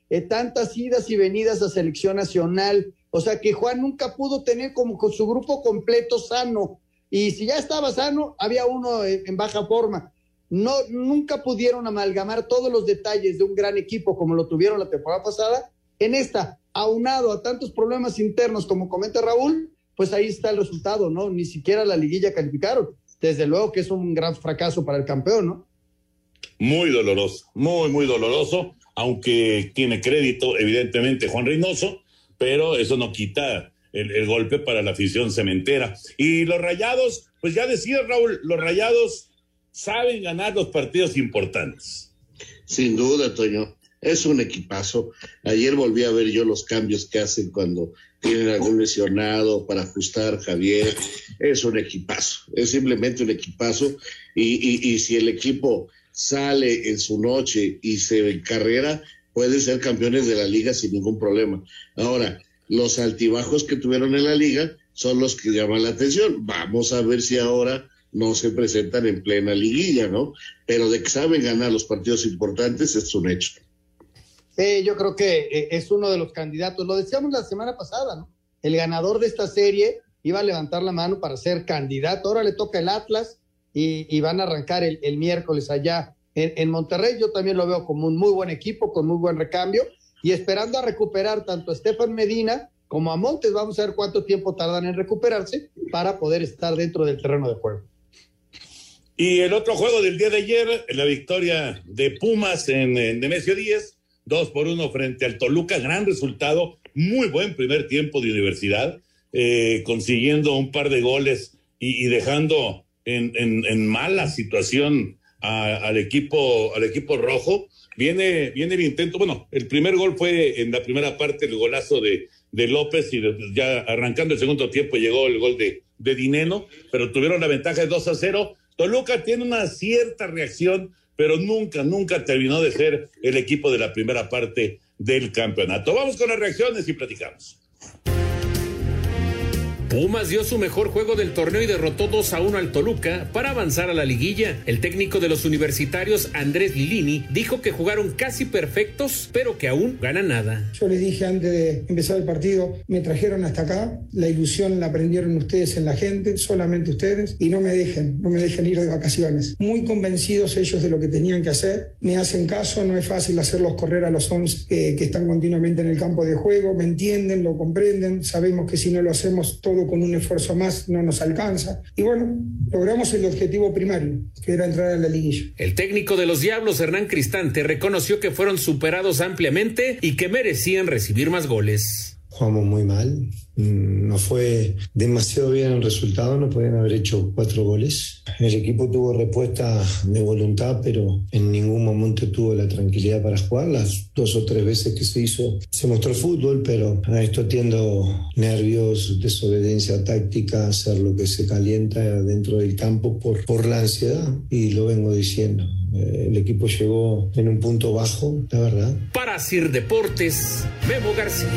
Speaker 16: eh, tantas idas y venidas a selección nacional, o sea que Juan nunca pudo tener como con su grupo completo sano, y si ya estaba sano, había uno en, en baja forma. No, nunca pudieron amalgamar todos los detalles de un gran equipo como lo tuvieron la temporada pasada, en esta, aunado a tantos problemas internos como comenta Raúl, pues ahí está el resultado, ¿no? Ni siquiera la liguilla calificaron. Desde luego que es un gran fracaso para el campeón, ¿no?
Speaker 14: Muy doloroso, muy, muy doloroso, aunque tiene crédito, evidentemente, Juan Reynoso, pero eso no quita el, el golpe para la afición cementera. Y los Rayados, pues ya decía Raúl, los Rayados saben ganar los partidos importantes.
Speaker 15: Sin duda, Toño. Es un equipazo. Ayer volví a ver yo los cambios que hacen cuando tienen algún lesionado para ajustar, Javier. Es un equipazo, es simplemente un equipazo. Y, y, y si el equipo sale en su noche y se encarrera, pueden ser campeones de la liga sin ningún problema. Ahora, los altibajos que tuvieron en la liga son los que llaman la atención. Vamos a ver si ahora no se presentan en plena liguilla, ¿no? Pero de que saben ganar los partidos importantes es un hecho.
Speaker 16: Eh, yo creo que eh, es uno de los candidatos, lo decíamos la semana pasada, ¿no? El ganador de esta serie iba a levantar la mano para ser candidato, ahora le toca el Atlas y, y van a arrancar el, el miércoles allá en, en Monterrey. Yo también lo veo como un muy buen equipo, con muy buen recambio y esperando a recuperar tanto a Estefan Medina como a Montes. Vamos a ver cuánto tiempo tardan en recuperarse para poder estar dentro del terreno de juego.
Speaker 14: Y el otro juego del día de ayer, la victoria de Pumas en, en Nemesio diez, dos por uno frente al Toluca, gran resultado, muy buen primer tiempo de Universidad, eh, consiguiendo un par de goles y, y dejando en, en, en mala situación a, al equipo al equipo rojo. Viene, viene el intento, bueno, el primer gol fue en la primera parte, el golazo de, de López, y ya arrancando el segundo tiempo llegó el gol de, de Dineno, pero tuvieron la ventaja de dos a cero. Toluca tiene una cierta reacción, pero nunca, nunca terminó de ser el equipo de la primera parte del campeonato. Vamos con las reacciones y platicamos.
Speaker 19: Pumas dio su mejor juego del torneo y derrotó dos a uno al Toluca para avanzar a la liguilla. El técnico de los universitarios, Andrés Lilini, dijo que jugaron casi perfectos, pero que aún ganan nada.
Speaker 6: Yo les dije antes de empezar el partido, me trajeron hasta acá, la ilusión la aprendieron ustedes en la gente, solamente ustedes, y no me dejen, no me dejen ir de vacaciones. Muy convencidos ellos de lo que tenían que hacer, me hacen caso, no es fácil hacerlos correr a los once eh, que están continuamente en el campo de juego, me entienden, lo comprenden, sabemos que si no lo hacemos todo con un esfuerzo más no nos alcanza. Y bueno, logramos el objetivo primario, que era entrar a la liguilla.
Speaker 19: El técnico de los Diablos, Hernán Cristante, reconoció que fueron superados ampliamente y que merecían recibir más goles.
Speaker 7: Jugamos muy mal, no fue demasiado bien el resultado, no podían haber hecho cuatro goles. El equipo tuvo respuesta de voluntad, pero en ningún momento tuvo la tranquilidad para jugar. Las dos o tres veces que se hizo, se mostró fútbol, pero a esto atiendo nervios, desobediencia táctica, hacer lo que se calienta dentro del campo por, por la ansiedad, y lo vengo diciendo. El equipo llegó en un punto bajo, la verdad.
Speaker 19: Para Sir Deportes, Memo García.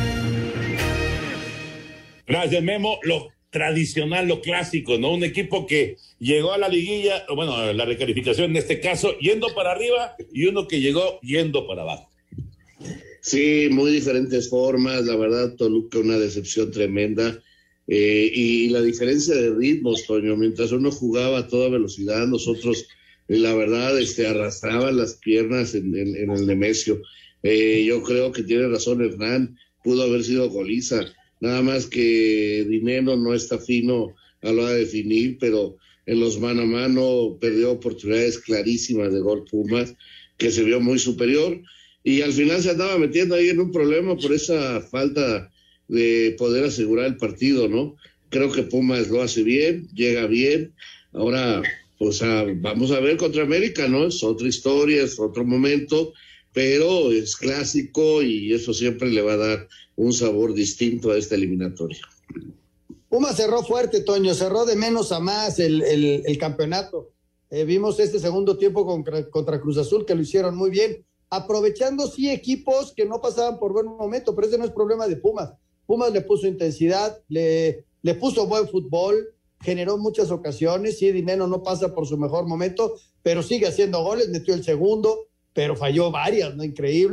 Speaker 14: Gracias, Memo. Lo tradicional, lo clásico, ¿no? Un equipo que llegó a la liguilla, bueno, la recalificación en este caso, yendo para arriba, y uno que llegó yendo para abajo.
Speaker 15: Sí, muy diferentes formas, la verdad, Toluca una decepción tremenda, eh, y la diferencia de ritmos, Toño, mientras uno jugaba a toda velocidad, nosotros, la verdad, este, arrastraban las piernas en, en, en el Nemesio. Eh, yo creo que tiene razón Hernán, pudo haber sido goliza. Nada más que Dineno no está fino a la hora de definir, pero en los mano a mano perdió oportunidades clarísimas de gol Pumas, que se vio muy superior, y al final se andaba metiendo ahí en un problema por esa falta de poder asegurar el partido, ¿no? Creo que Pumas lo hace bien, llega bien. Ahora, pues a, vamos a ver contra América, ¿no? Es otra historia, es otro momento, pero es clásico y eso siempre le va a dar un sabor distinto a esta eliminatoria.
Speaker 16: Puma cerró fuerte, Toño, cerró de menos a más el, el, el campeonato. Eh, vimos este segundo tiempo contra, contra Cruz Azul, que lo hicieron muy bien, aprovechando sí equipos que no pasaban por buen momento, pero ese no es problema de Pumas. Pumas le puso intensidad, le, le puso buen fútbol, generó muchas ocasiones, sí, Dineno no pasa por su mejor momento, pero sigue haciendo goles, metió el segundo, pero falló varias, ¿no? Increíble.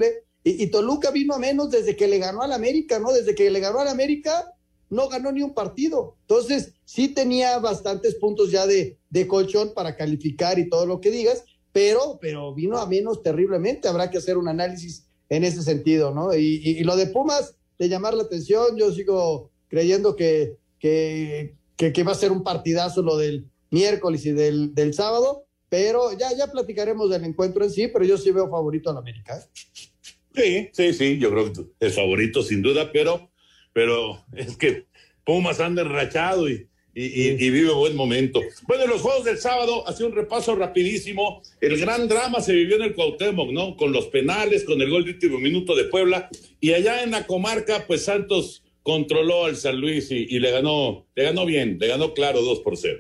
Speaker 16: Y, y Toluca vino a menos desde que le ganó al América, ¿no? Desde que le ganó al América, no ganó ni un partido. Entonces, sí tenía bastantes puntos ya de, de colchón para calificar y todo lo que digas, pero, pero vino a menos terriblemente. Habrá que hacer un análisis en ese sentido, ¿no? Y, y, y lo de Pumas, de llamar la atención, yo sigo creyendo que, que, que, que va a ser un partidazo lo del miércoles y del, del sábado, pero ya, ya platicaremos del encuentro en sí, pero yo sí veo favorito al América.
Speaker 14: Sí, sí, sí, yo creo que es favorito sin duda, pero, pero es que Pumas anda enrachado y, y, y, y vive buen momento. Bueno, en los juegos del sábado, hacía un repaso rapidísimo, el gran drama se vivió en el Cuauhtémoc, ¿no? Con los penales, con el gol de último minuto de Puebla, y allá en la comarca, pues Santos controló al San Luis y, y le ganó, le ganó bien, le ganó claro dos por cero.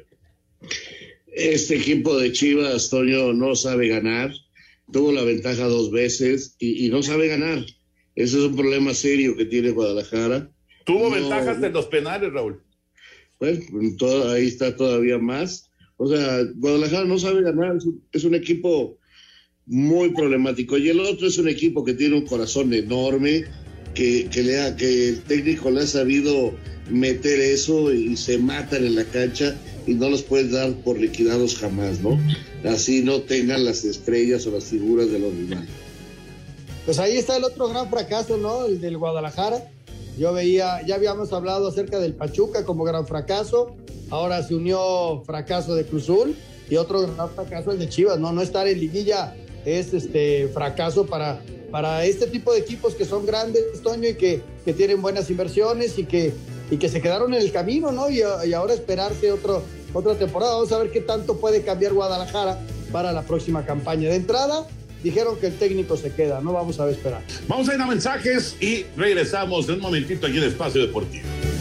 Speaker 15: Este equipo de Chivas, Toño, no sabe ganar, tuvo la ventaja dos veces y, y no sabe ganar. Ese es un problema serio que tiene Guadalajara.
Speaker 14: Tuvo
Speaker 15: no,
Speaker 14: ventajas en los penales, Raúl.
Speaker 15: Pues todo, ahí está todavía más. O sea, Guadalajara no sabe ganar, es un, es un equipo muy problemático. Y el otro es un equipo que tiene un corazón enorme, que, que, le ha, que el técnico le ha sabido meter eso y se matan en la cancha y no los puedes dar por liquidados jamás, ¿no? Así no tengan las estrellas o las figuras de los rivales.
Speaker 16: Pues ahí está el otro gran fracaso, ¿no? El del Guadalajara. Yo veía, ya habíamos hablado acerca del Pachuca como gran fracaso, ahora se unió fracaso de Cruz Azul y otro gran fracaso el de Chivas, ¿no? No estar en liguilla es este fracaso para, para este tipo de equipos que son grandes, Toño, y que, que tienen buenas inversiones y que, y que se quedaron en el camino, ¿no? Y, y ahora esperarse otro, otra temporada. Vamos a ver qué tanto puede cambiar Guadalajara para la próxima campaña. De entrada, dijeron que el técnico se queda, no vamos a esperar.
Speaker 14: Vamos a ir a mensajes y regresamos en un momentito aquí en Espacio Deportivo.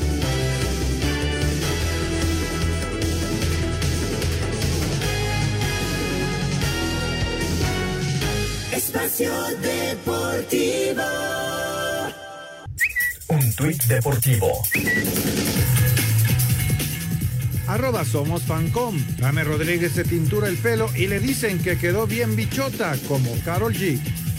Speaker 17: Espacio Deportivo.
Speaker 8: Un tuit deportivo.
Speaker 3: Arroba Somos Fancom. James Rodríguez se tintura el pelo y le dicen que quedó bien bichota, como Karol G.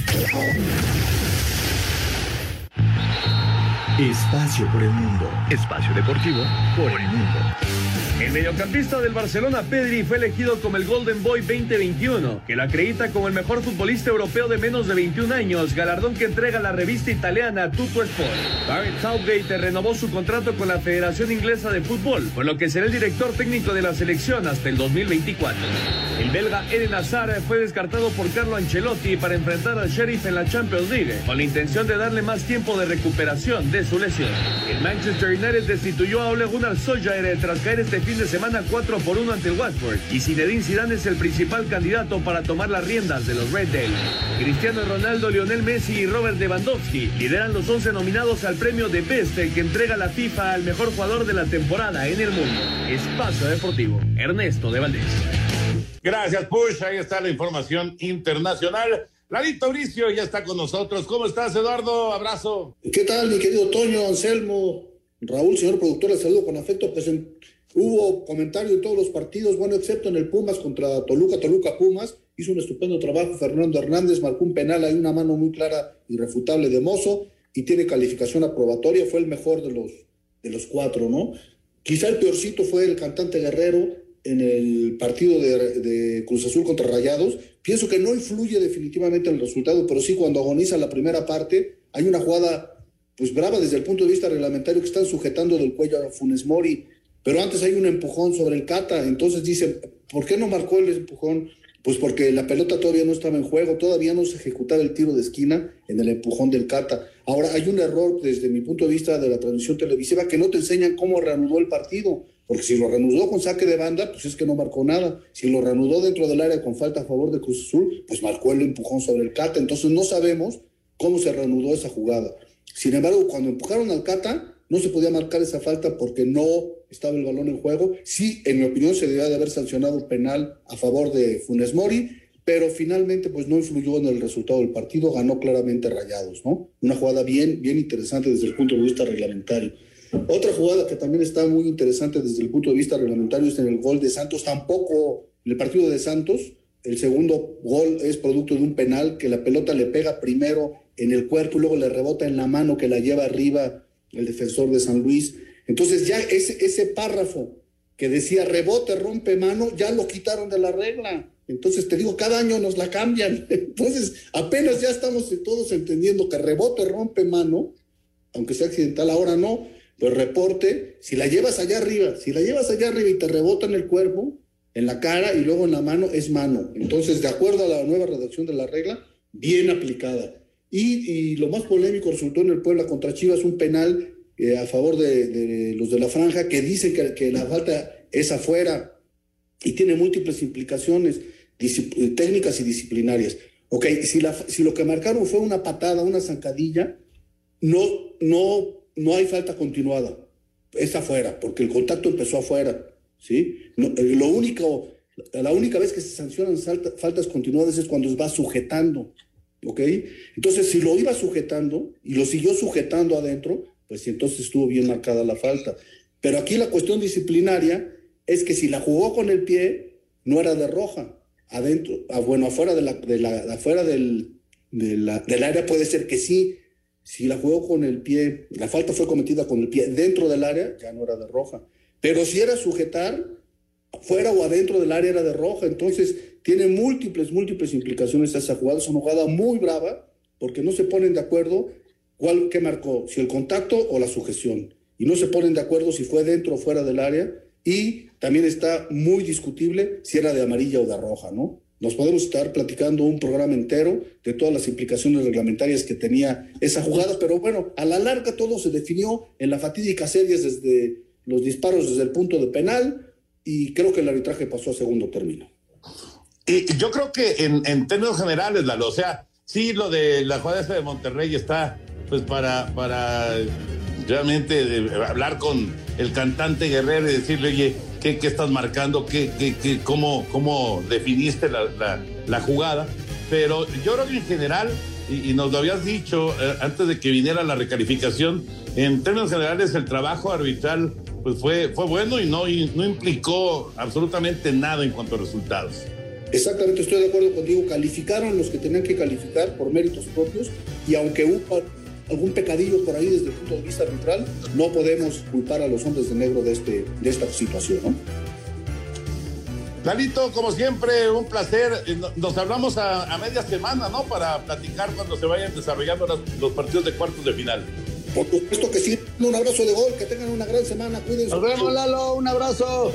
Speaker 8: Espacio por el mundo.
Speaker 13: Espacio deportivo por el mundo. El mediocampista del Barcelona, Pedri, fue elegido como el Golden Boy veinte veintiuno, que lo acredita como el mejor futbolista europeo de menos de veintiún años, galardón que entrega la revista italiana Tutto Sport. Gareth Southgate renovó su contrato con la Federación Inglesa de Fútbol, por lo que será el director técnico de la selección hasta el dos mil veinticuatro. El belga Eden Hazard fue descartado por Carlo Ancelotti para enfrentar al Sheriff en la Champions League, con la intención de darle más tiempo de recuperación de su lesión. El Manchester United destituyó a Ole Gunnar Solskjaer tras caer este fin de semana cuatro por uno ante el Watford, y Zinedine Zidane es el principal candidato para tomar las riendas de los Red Devils. Cristiano Ronaldo, Lionel Messi y Robert Lewandowski lideran los once nominados al premio de Best que entrega la FIFA al mejor jugador de la temporada en el mundo. Espacio Deportivo, Ernesto de Valdés.
Speaker 14: Gracias, Push. Ahí está la información internacional. Lalito Bricio ya está con nosotros. ¿Cómo estás, Eduardo? Abrazo.
Speaker 4: ¿Qué tal, mi querido Toño, Anselmo, Raúl, señor productor? Les saludo con afecto. Pues en, hubo comentario en todos los partidos, bueno, excepto en el Pumas contra Toluca, Toluca Pumas. Hizo un estupendo trabajo Fernando Hernández, marcó un penal, hay una mano muy clara, irrefutable de Mozo, y tiene calificación aprobatoria. Fue el mejor de los, de los cuatro, ¿no? Quizá el peorcito fue el cantante Guerrero en el partido de, de Cruz Azul contra Rayados. Pienso que no influye definitivamente en el resultado, pero sí cuando agoniza la primera parte, hay una jugada pues brava desde el punto de vista reglamentario que están sujetando del cuello a Funes Mori, pero antes hay un empujón sobre el Cata. Entonces dicen, ¿por qué no marcó el empujón? Pues porque la pelota todavía no estaba en juego, todavía no se ejecutaba el tiro de esquina en el empujón del Cata. Ahora hay un error desde mi punto de vista de la transmisión televisiva, que no te enseñan cómo reanudó el partido. Porque si lo reanudó con saque de banda, pues es que no marcó nada. Si lo reanudó dentro del área con falta a favor de Cruz Azul, pues marcó el empujón sobre el Cata. Entonces no sabemos cómo se reanudó esa jugada. Sin embargo, cuando empujaron al Cata, no se podía marcar esa falta porque no estaba el balón en juego. Sí, en mi opinión, se debía de haber sancionado penal a favor de Funes Mori, pero finalmente pues no influyó en el resultado del partido. Ganó claramente Rayados, ¿no? Una jugada bien, bien interesante desde el punto de vista reglamentario. Otra jugada que también está muy interesante desde el punto de vista reglamentario es en el gol de Santos. Tampoco, en el partido de Santos, el segundo gol es producto de un penal que la pelota le pega primero en el cuerpo y luego le rebota en la mano que la lleva arriba el defensor de San Luis. Entonces ya ese, ese párrafo que decía rebote, rompe mano, ya lo quitaron de la regla. Entonces te digo, cada año nos la cambian. Entonces apenas ya estamos todos entendiendo que rebote, rompe mano, aunque sea accidental, ahora no, pero reporte, si la llevas allá arriba, si la llevas allá arriba y te rebota en el cuerpo, en la cara y luego en la mano, es mano. Entonces, de acuerdo a la nueva redacción de la regla, bien aplicada. Y, y lo más polémico resultó en el Puebla contra Chivas, un penal eh, a favor de, de los de la franja, que dicen que, que la falta es afuera y tiene múltiples implicaciones técnicas y disciplinarias. Ok, si, la, si lo que marcaron fue una patada, una zancadilla, no, no, no hay falta continuada, es afuera, porque el contacto empezó afuera, ¿sí? No, lo único, la única vez que se sancionan salta, faltas continuadas es cuando va sujetando, ¿ok? Entonces, si lo iba sujetando y lo siguió sujetando adentro, pues entonces estuvo bien marcada la falta. Pero aquí la cuestión disciplinaria es que si la jugó con el pie, no era de roja. Adentro, ah, bueno, afuera, de la, de la, afuera del, de la, del área puede ser que sí. Si la jugó con el pie, la falta fue cometida con el pie dentro del área, ya no era de roja. Pero si era sujetar, fuera o adentro del área era de roja. Entonces, tiene múltiples, múltiples implicaciones esa jugada. Es una jugada muy brava, porque no se ponen de acuerdo cuál, qué marcó, si el contacto o la sujeción. Y no se ponen de acuerdo si fue dentro o fuera del área. Y también está muy discutible si era de amarilla o de roja, ¿no? Nos podemos estar platicando un programa entero de todas las implicaciones reglamentarias que tenía esa jugada, pero bueno, a la larga todo se definió en la fatídica serie desde los disparos desde el punto de penal y creo que el arbitraje pasó a segundo término.
Speaker 14: Y yo creo que en, en términos generales, Lalo, o sea, sí, lo de la jugada esta de Monterrey está pues para, para realmente hablar con el cantante Guerrero y decirle, oye, ¿qué, qué estás marcando? ¿Qué, qué, qué, cómo, ¿Cómo definiste la, la, la jugada? Pero yo creo que en general, y, y nos lo habías dicho eh, antes de que viniera la recalificación, en términos generales el trabajo arbitral pues fue, fue bueno y no, y no implicó absolutamente nada en cuanto a resultados.
Speaker 4: Exactamente, estoy de acuerdo contigo. Calificaron los que tenían que calificar por méritos propios y aunque hubo algún pecadillo por ahí desde el punto de vista arbitral, no podemos culpar a los hombres de negro de, este, de esta situación, ¿no?
Speaker 14: Lalito, como siempre, un placer. Nos hablamos a, a media semana, ¿no? Para platicar cuando se vayan desarrollando los, los partidos de cuartos de final.
Speaker 4: Por supuesto que sí. Un abrazo de gol, que tengan una gran semana. Cuídense.
Speaker 16: Nos vemos, Lalo. Un abrazo.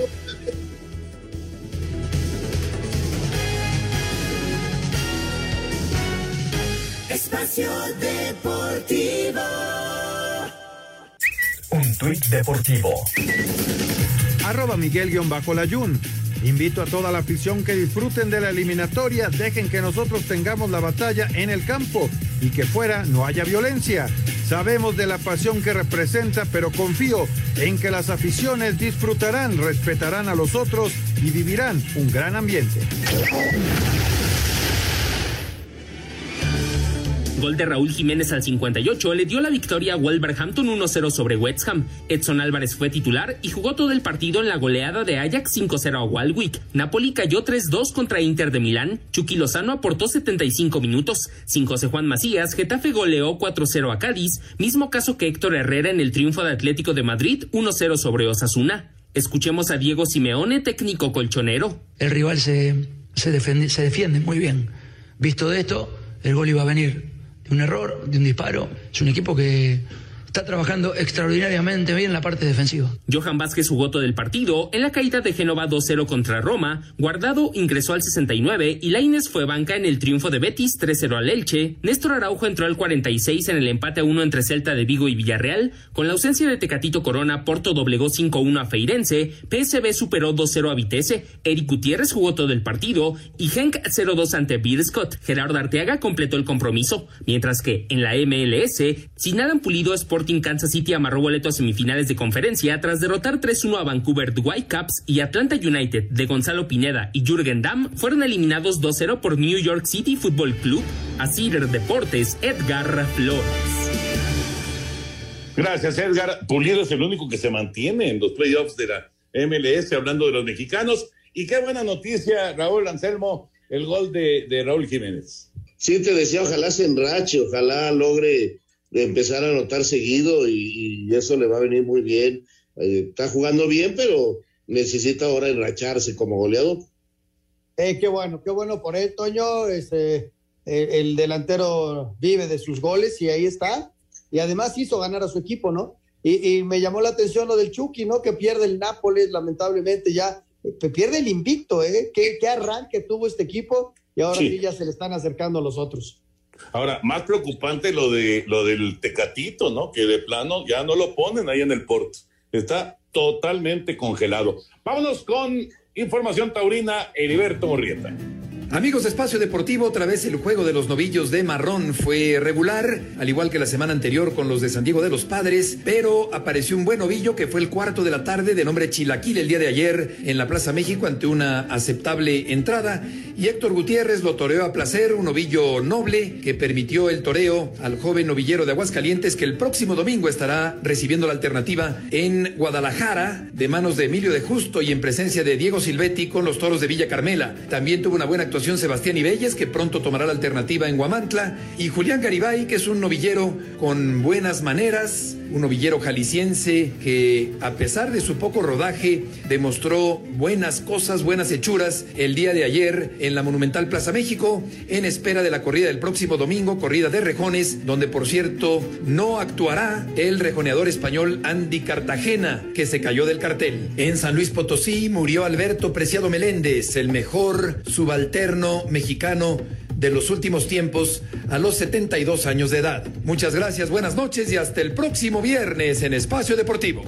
Speaker 17: Espacio Deportivo.
Speaker 12: Un tuit deportivo.
Speaker 3: Arroba Miguel-Layún. Invito a toda la afición que disfruten de la eliminatoria, dejen que nosotros tengamos la batalla en el campo y que fuera no haya violencia. Sabemos de la pasión que representa, pero confío en que las aficiones disfrutarán, respetarán a los otros y vivirán un gran ambiente.
Speaker 1: Gol de Raúl Jiménez al cincuenta y ocho le dio la victoria a Wolverhampton uno cero sobre West Ham. Edson Álvarez fue titular y jugó todo el partido en la goleada de Ajax cinco cero a Walwick. Napoli cayó tres dos contra Inter de Milán. Chucky Lozano aportó setenta y cinco minutos. Sin José Juan Macías, Getafe goleó cuatro cero a Cádiz, mismo caso que Héctor Herrera en el triunfo de Atlético de Madrid uno cero sobre Osasuna. Escuchemos a Diego Simeone, técnico colchonero.
Speaker 5: El rival se, se, defiende, se defiende muy bien. Visto de esto, el gol iba a venir. Un error, de un disparo. Es un equipo que está trabajando extraordinariamente bien en la parte defensiva.
Speaker 1: Johan Vázquez jugó todo el partido. En la caída de Génova dos cero contra Roma, Guardado ingresó al sesenta y nueve y Lainez fue banca en el triunfo de Betis tres cero al Elche. Néstor Araujo entró al cuarenta y seis en el empate a uno entre Celta de Vigo y Villarreal. Con la ausencia de Tecatito Corona, Porto doblegó cinco uno a Feirense. P S V superó dos cero a Vitesse. Eric Gutiérrez jugó todo el partido y Genk cero dos ante Beerschot. Gerardo Arteaga completó el compromiso. Mientras que en la M L S, sin Alan Pulido, Sporting Kansas City amarró boleto a semifinales de conferencia tras derrotar tres uno a Vancouver Whitecaps, y Atlanta United de Gonzalo Pineda y Jürgen Damm fueron eliminados dos cero por New York City Football Club. Así Deportes, Edgar Flores.
Speaker 14: Gracias, Edgar. Pulido es el único que se mantiene en los playoffs de la M L S, hablando de los mexicanos. Y qué buena noticia, Raúl Anselmo, el gol de, de Raúl Jiménez.
Speaker 15: sí te decía, ojalá se enrache, ojalá logre empezar a anotar seguido y, y eso le va a venir muy bien. Eh, está jugando bien, pero necesita ahora enracharse como goleador.
Speaker 16: Eh, qué bueno, qué bueno por él, Toño. Este, el, el delantero vive de sus goles y ahí está. Y además hizo ganar a su equipo, ¿no? Y, y me llamó la atención lo del Chucky, ¿no? Que pierde el Nápoles, lamentablemente ya. Eh, pierde el invicto, ¿eh? ¿Qué, qué arranque tuvo este equipo y ahora sí. sí ya se le están acercando los otros.
Speaker 14: Ahora, más preocupante lo de lo del Tecatito, ¿no? Que de plano ya no lo ponen ahí en el Porto. Está totalmente congelado. Vámonos con información taurina, Heriberto Murrieta.
Speaker 9: Amigos de Espacio Deportivo, otra vez el juego de los novillos de marrón fue regular, al igual que la semana anterior con los de San Diego de los Padres, pero apareció un buen novillo que fue el cuarto de la tarde de nombre Chilaquil el día de ayer en la Plaza México ante una aceptable entrada, y Héctor Gutiérrez lo toreó a placer, un novillo noble que permitió el toreo al joven novillero de Aguascalientes que el próximo domingo estará recibiendo la alternativa en Guadalajara de manos de Emilio de Justo y en presencia de Diego Silvetti con los toros de Villa Carmela. También tuvo una buena actuación Sebastián Ibelles, que pronto tomará la alternativa en Huamantla, y Julián Garibay, que es un novillero con buenas maneras, un novillero jalisciense que a pesar de su poco rodaje demostró buenas cosas, buenas hechuras el día de ayer en la Monumental Plaza México, en espera de la corrida del próximo domingo, corrida de rejones, donde por cierto no actuará el rejoneador español Andy Cartagena, que se cayó del cartel. En San Luis Potosí murió Alberto Preciado Meléndez, el mejor subalterno mexicano de los últimos tiempos, a los setenta y dos años de edad. Muchas gracias, buenas noches y hasta el próximo viernes en Espacio Deportivo.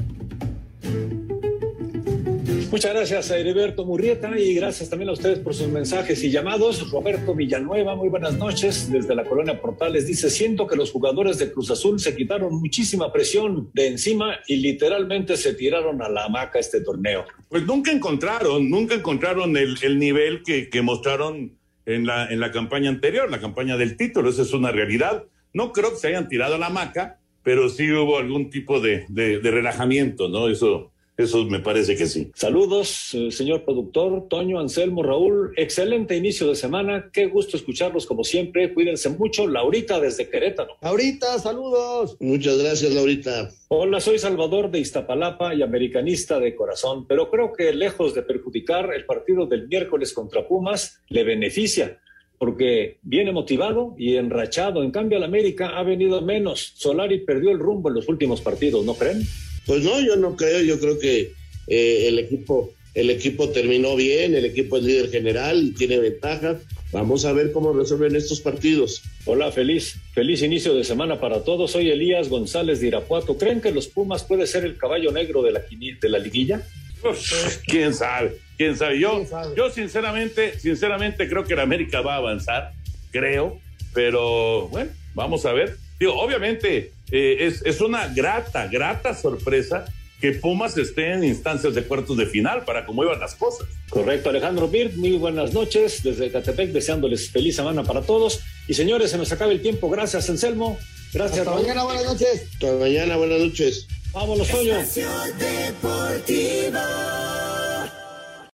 Speaker 10: Muchas gracias a Heriberto Murrieta y gracias también a ustedes por sus mensajes y llamados. Roberto Villanueva, muy buenas noches desde la Colonia Portales. Dice, siento que los jugadores de Cruz Azul se quitaron muchísima presión de encima y literalmente se tiraron a la hamaca este torneo.
Speaker 14: Pues nunca encontraron, nunca encontraron el, el nivel que, que mostraron en la, en la campaña anterior, la campaña del título. Esa es una realidad. No creo que se hayan tirado a la hamaca, pero sí hubo algún tipo de, de, de relajamiento, ¿no? Eso... Eso me parece que sí.
Speaker 10: Saludos, eh, señor productor, Toño, Anselmo, Raúl. Excelente inicio de semana. Qué gusto escucharlos como siempre. Cuídense mucho. Laurita desde Querétaro.
Speaker 16: Laurita, saludos.
Speaker 15: Muchas gracias, Laurita.
Speaker 10: Hola, soy Salvador de Iztapalapa y americanista de corazón, pero creo que lejos de perjudicar, el partido del miércoles contra Pumas le beneficia, porque viene motivado y enrachado. En cambio, el América ha venido menos. Solari perdió el rumbo en los últimos partidos, ¿no creen?
Speaker 15: Pues no, yo no creo, yo creo que eh, el equipo el equipo terminó bien, el equipo es líder general, tiene ventaja. Vamos a ver cómo resuelven estos partidos.
Speaker 10: Hola, feliz, feliz inicio de semana para todos. Soy Elías González de Irapuato. ¿Creen que los Pumas puede ser el caballo negro de la, de la liguilla?
Speaker 14: Uf, quién sabe, quién sabe. Yo, ¿Quién sabe? yo sinceramente, sinceramente creo que el América va a avanzar, creo, pero bueno, vamos a ver. Digo, obviamente eh, es, es una grata, grata sorpresa que Pumas esté en instancias de cuartos de final para cómo iban las cosas.
Speaker 10: Correcto, Alejandro Bird, muy buenas noches desde Ecatepec, deseándoles feliz semana para todos. Y señores, se nos acaba el tiempo. Gracias, Anselmo. Gracias,
Speaker 16: Hasta
Speaker 10: Raúl.
Speaker 16: mañana, buenas noches.
Speaker 15: Hasta mañana, buenas noches.
Speaker 10: Vámonos, Toño.
Speaker 17: Espacio Deportivo.